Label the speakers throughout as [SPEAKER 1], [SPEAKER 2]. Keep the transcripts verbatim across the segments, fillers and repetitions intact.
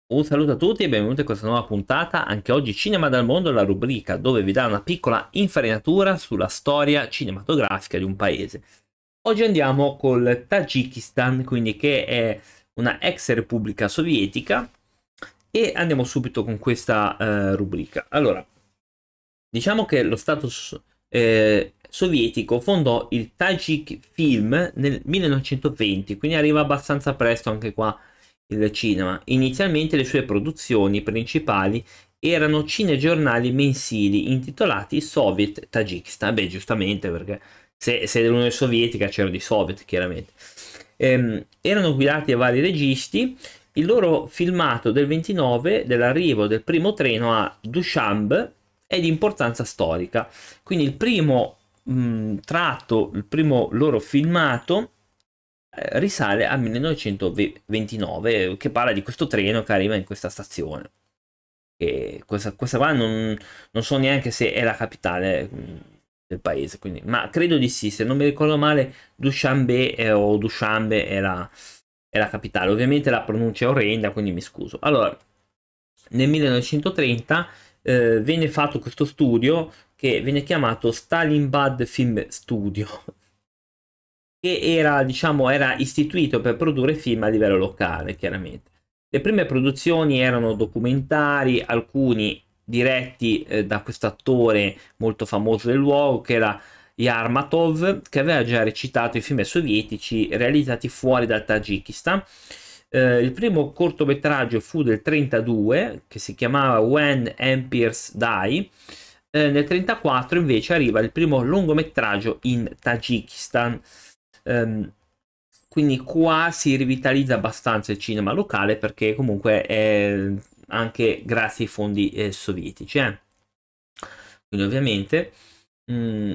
[SPEAKER 1] Un saluto a tutti e benvenuti a questa nuova puntata, anche oggi Cinema dal mondo, la rubrica dove vi dà una piccola infarinatura sulla storia cinematografica di un paese. Oggi andiamo col Tagikistan, quindi che è una ex repubblica sovietica, e andiamo subito con questa eh, rubrica. Allora, diciamo che lo Stato so- eh, sovietico fondò il Tajik Film nel millenovecentoventi, quindi arriva abbastanza presto anche qua il cinema. Inizialmente le sue produzioni principali erano cinegiornali mensili intitolati Soviet Tajikistan. Beh, giustamente, perché se, se dell'Unione Sovietica c'erano di Soviet, chiaramente. Ehm, erano guidati da vari registi. Il loro filmato del ventinove dell'arrivo del primo treno a Dushanbe è di importanza storica. Quindi il primo mh, tratto, il primo loro filmato eh, risale al millenovecentoventinove, che parla di questo treno che arriva in questa stazione. E questa, questa qua non, non so neanche se è la capitale mh, del paese, quindi, ma credo di sì, se non mi ricordo male, Dushanbe eh, o Dushanbe è la, è la capitale. Ovviamente la pronuncia è orrenda, quindi mi scuso. Allora, nel millenovecentotrenta eh, venne fatto questo studio che viene chiamato Stalinbad Film Studio, che era, diciamo, era istituito per produrre film a livello locale, chiaramente. Le prime produzioni erano documentari, alcuni diretti eh, da questo attore molto famoso del luogo, che era Yarmatov, che aveva già recitato i film sovietici realizzati fuori dal Tagikistan. Eh, il primo cortometraggio fu del trentadue, che si chiamava When Empires Die. Eh, nel trentaquattro invece arriva il primo lungometraggio in Tagikistan. Ehm, quindi qua si rivitalizza abbastanza il cinema locale perché comunque è anche grazie ai fondi eh, sovietici. eh. Quindi ovviamente mh,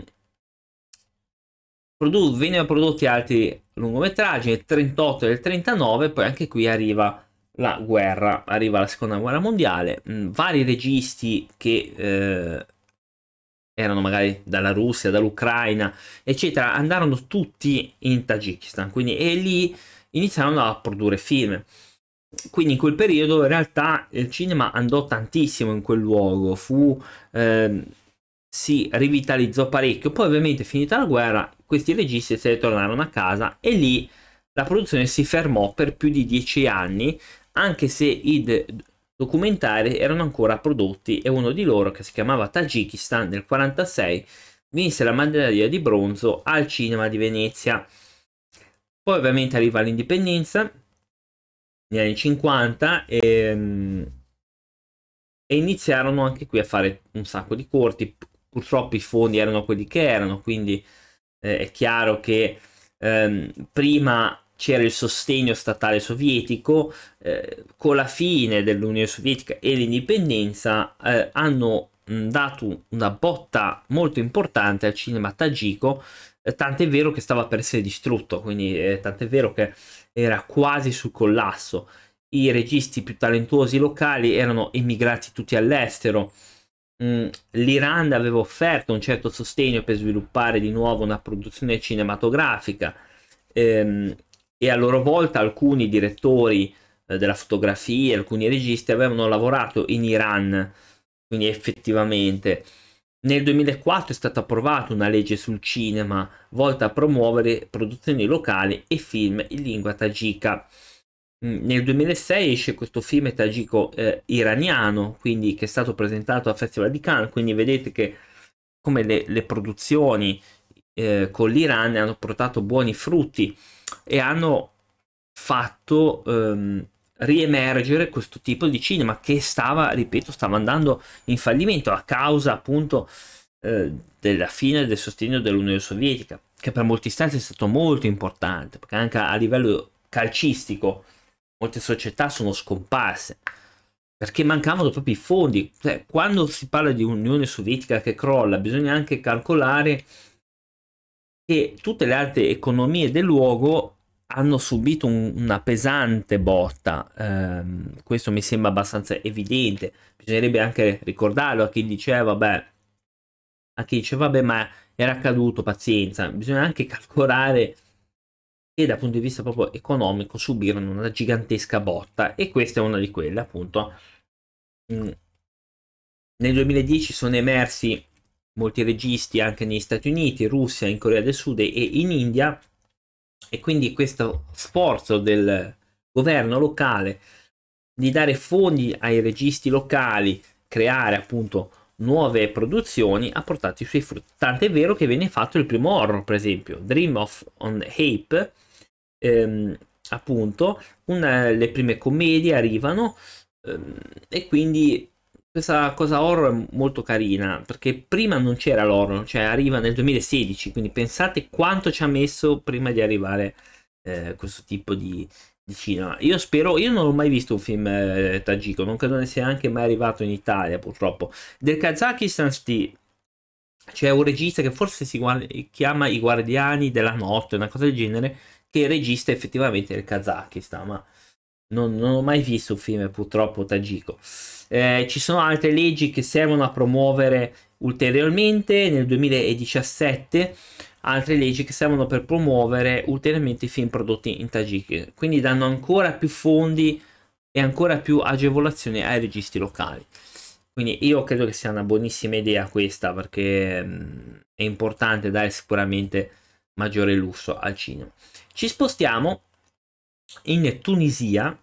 [SPEAKER 1] produ- vennero prodotti altri lungometraggi nel trentotto e nel trentanove, poi anche qui arriva la guerra, arriva la seconda guerra mondiale, mh, vari registi che eh, erano magari dalla Russia, dall'Ucraina, eccetera, andarono tutti in Tagikistan, quindi e lì iniziarono a produrre film. Quindi in quel periodo in realtà il cinema andò tantissimo in quel luogo, fu, ehm, si rivitalizzò parecchio. Poi ovviamente finita la guerra, questi registi se ne tornarono a casa e lì la produzione si fermò per più di dieci anni, anche se i d- documentari erano ancora prodotti e uno di loro, che si chiamava Tagikistan, nel quarantasei vinse la medaglia di bronzo al cinema di Venezia. Poi ovviamente arriva l'indipendenza negli anni cinquanta e, e iniziarono anche qui a fare un sacco di corti. Purtroppo i fondi erano quelli che erano, quindi eh, è chiaro che ehm, prima c'era il sostegno statale sovietico, eh, con la fine dell'Unione Sovietica e l'indipendenza eh, hanno mh, dato una botta molto importante al cinema tagico, eh, tant'è vero che stava per essere distrutto, quindi eh, tant'è vero che era quasi sul collasso. I registi più talentuosi locali erano emigrati tutti all'estero. Mm, L'Iran aveva offerto un certo sostegno per sviluppare di nuovo una produzione cinematografica, ehm, e a loro volta alcuni direttori eh, della fotografia, alcuni registi avevano lavorato in Iran, quindi effettivamente. Nel duemilaquattro è stata approvata una legge sul cinema volta a promuovere produzioni locali e film in lingua tagika. Mm, Nel duemilasei esce questo film tagiko eh, iraniano, quindi che è stato presentato al Festival di Cannes, quindi vedete che come le, le produzioni eh, con l'Iran hanno portato buoni frutti e hanno fatto ehm, riemergere questo tipo di cinema che stava, ripeto, stava andando in fallimento a causa appunto eh, della fine del sostegno dell'Unione Sovietica, che per molti stati è stato molto importante, perché anche a livello calcistico molte società sono scomparse perché mancavano proprio i fondi. Cioè, quando si parla di Unione Sovietica che crolla, bisogna anche calcolare che tutte le altre economie del luogo hanno subito un- una pesante botta. Ehm, questo mi sembra abbastanza evidente. Bisognerebbe anche ricordarlo a chi diceva, vabbè, a chi dice, vabbè, ma era accaduto, pazienza. Bisogna anche calcolare e dal punto di vista proprio economico subirono una gigantesca botta, e questa è una di quelle, appunto. Mm. Nel duemiladieci sono emersi molti registi anche negli Stati Uniti, Russia, in Corea del Sud e in India, e quindi questo sforzo del governo locale di dare fondi ai registi locali, creare appunto nuove produzioni, ha portato i suoi frutti. Tant'è vero che viene fatto il primo horror, per esempio, Dream of on Ape, ehm, appunto, una, le prime commedie arrivano, ehm, e quindi questa cosa horror è molto carina, perché prima non c'era l'horror, cioè arriva nel duemilasedici, quindi pensate quanto ci ha messo prima di arrivare eh, questo tipo di, di cinema. Io spero, io non ho mai visto un film eh, tagiko, non credo ne sia anche mai arrivato in Italia, purtroppo. Del Kazakistan sti- c'è un regista che forse si guarda- chiama I Guardiani della Notte, una cosa del genere, che è regista effettivamente del Kazakistan, ma non, non ho mai visto un film purtroppo tagiko. Eh, ci sono altre leggi che servono a promuovere ulteriormente nel duemiladiciassette, altre leggi che servono per promuovere ulteriormente i film prodotti in Tagik, quindi danno ancora più fondi e ancora più agevolazioni ai registi locali. Quindi io credo che sia una buonissima idea questa, perché mh, è importante dare sicuramente maggiore lusso al cinema. Ci spostiamo in Tunisia.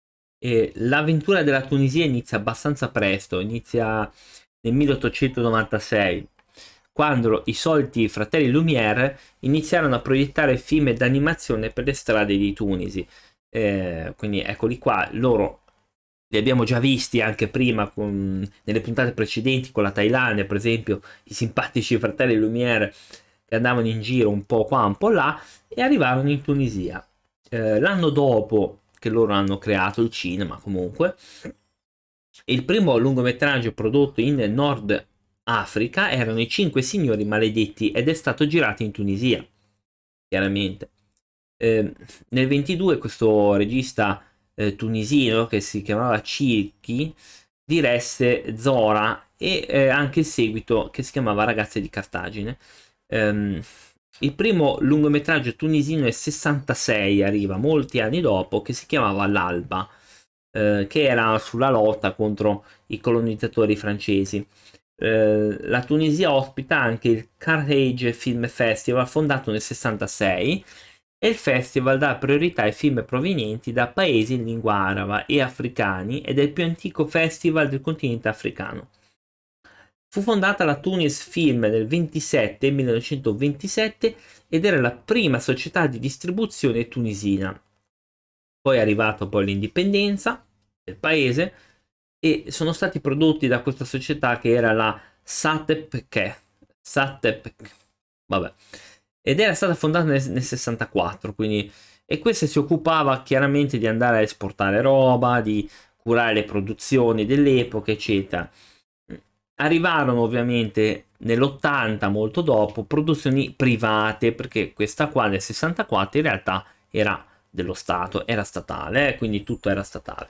[SPEAKER 1] E l'avventura della Tunisia inizia abbastanza presto, inizia nel milleottocentonovantasei, quando i soliti fratelli Lumière iniziarono a proiettare film d'animazione per le strade di Tunisi. Eh, quindi eccoli qua, loro li abbiamo già visti anche prima con, nelle puntate precedenti con la Thailandia, per esempio, i simpatici fratelli Lumière che andavano in giro un po' qua, un po' là, e arrivarono in Tunisia. Eh, l'anno dopo che loro hanno creato il cinema, comunque, il primo lungometraggio prodotto in Nord Africa erano I Cinque Signori Maledetti, ed è stato girato in Tunisia, chiaramente. Eh, nel ventidue questo regista eh, tunisino che si chiamava Circhi diresse Zora e eh, anche il seguito che si chiamava Ragazze di Cartagine. Ehm, il primo lungometraggio tunisino è sessantasei, arriva molti anni dopo, che si chiamava L'Alba, eh, che era sulla lotta contro i colonizzatori francesi. Eh, la Tunisia ospita anche il Carthage Film Festival, fondato nel sessantasei, e il festival dà priorità ai film provenienti da paesi in lingua araba e africani, ed è il più antico festival del continente africano. Fu fondata la Tunis Film nel ventisette, millenovecentoventisette, ed era la prima società di distribuzione tunisina. Poi è arrivata poi l'indipendenza del paese e sono stati prodotti da questa società che era la Satepke, Satepk, vabbè, ed era stata fondata nel, nel sessantaquattro, quindi, e questa si occupava chiaramente di andare a esportare roba, di curare le produzioni dell'epoca, eccetera. Arrivarono ovviamente nell'ottanta, molto dopo, produzioni private, perché questa qua nel sessantaquattro in realtà era dello Stato, era statale, eh, quindi tutto era statale.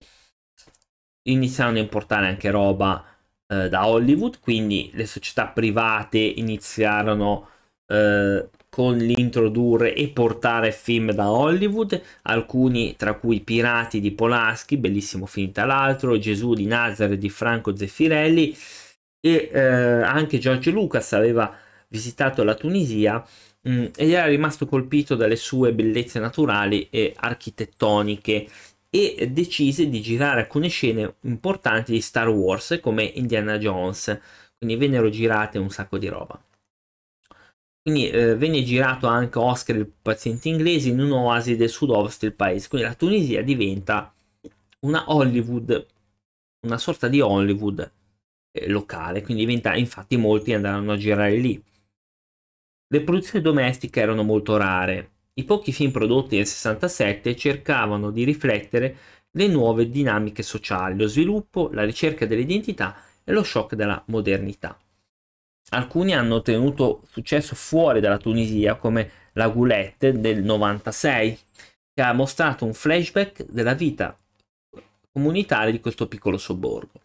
[SPEAKER 1] Iniziarono a importare anche roba eh, da Hollywood, quindi le società private iniziarono eh, con l'introdurre e portare film da Hollywood, alcuni tra cui Pirati di Polanski, bellissimo film tra l'altro, Gesù di Nazareth di Franco Zeffirelli, e eh, anche George Lucas aveva visitato la Tunisia mh, ed era rimasto colpito dalle sue bellezze naturali e architettoniche, e decise di girare alcune scene importanti di Star Wars come Indiana Jones, quindi vennero girate un sacco di roba. Quindi eh, venne girato anche Oscar il paziente inglese in un'oasi del sud-ovest del paese, quindi la Tunisia diventa una Hollywood, una sorta di Hollywood eh, locale, quindi diventa, infatti molti andarono a girare lì. Le produzioni domestiche erano molto rare. I pochi film prodotti nel sessantasette cercavano di riflettere le nuove dinamiche sociali, lo sviluppo, la ricerca dell'identità e lo shock della modernità. Alcuni hanno ottenuto successo fuori dalla Tunisia, come La Goulette del novantasei, che ha mostrato un flashback della vita comunitaria di questo piccolo sobborgo.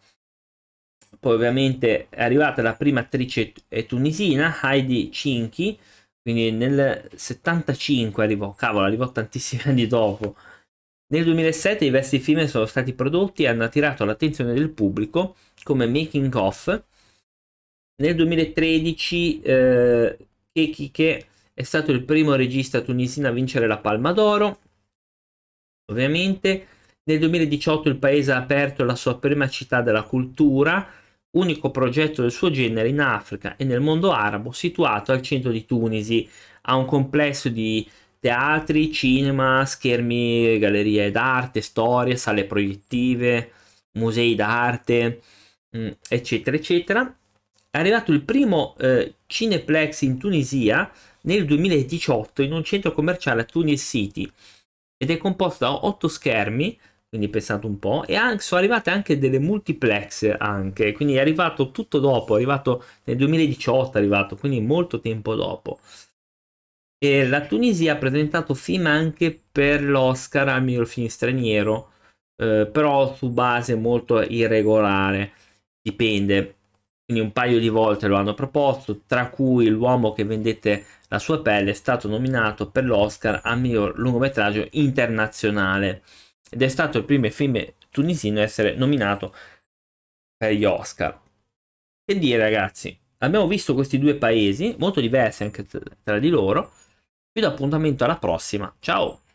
[SPEAKER 1] Poi ovviamente è arrivata la prima attrice tunisina, Heidi Cinchi, quindi nel settantacinque arrivò, cavolo, arrivò tantissimi anni dopo. Nel duemilasette diversi film sono stati prodotti e hanno attirato l'attenzione del pubblico come making of. Nel duemilatredici eh, Kekike è stato il primo regista tunisino a vincere la Palma d'Oro, ovviamente. Nel duemiladiciotto il paese ha aperto la sua prima città della cultura, unico progetto del suo genere in Africa e nel mondo arabo, situato al centro di Tunisi. Ha un complesso di teatri, cinema, schermi, gallerie d'arte, storie, sale proiettive, musei d'arte, mh, eccetera, eccetera. È arrivato il primo eh, Cineplex in Tunisia nel duemiladiciotto in un centro commerciale a Tunis City ed è composto da otto schermi, quindi pensate un po', e anche, sono arrivate anche delle multiplex anche, quindi è arrivato tutto dopo, è arrivato nel duemiladiciotto, è arrivato, quindi molto tempo dopo. E la Tunisia ha presentato film anche per l'Oscar al miglior film straniero, eh, però su base molto irregolare, dipende. Quindi un paio di volte lo hanno proposto, tra cui L'uomo che vendette la sua pelle è stato nominato per l'Oscar al miglior lungometraggio internazionale ed è stato il primo film tunisino a essere nominato per gli Oscar. Che dire, ragazzi, abbiamo visto questi due paesi molto diversi anche tra di loro. Vi do appuntamento alla prossima, ciao!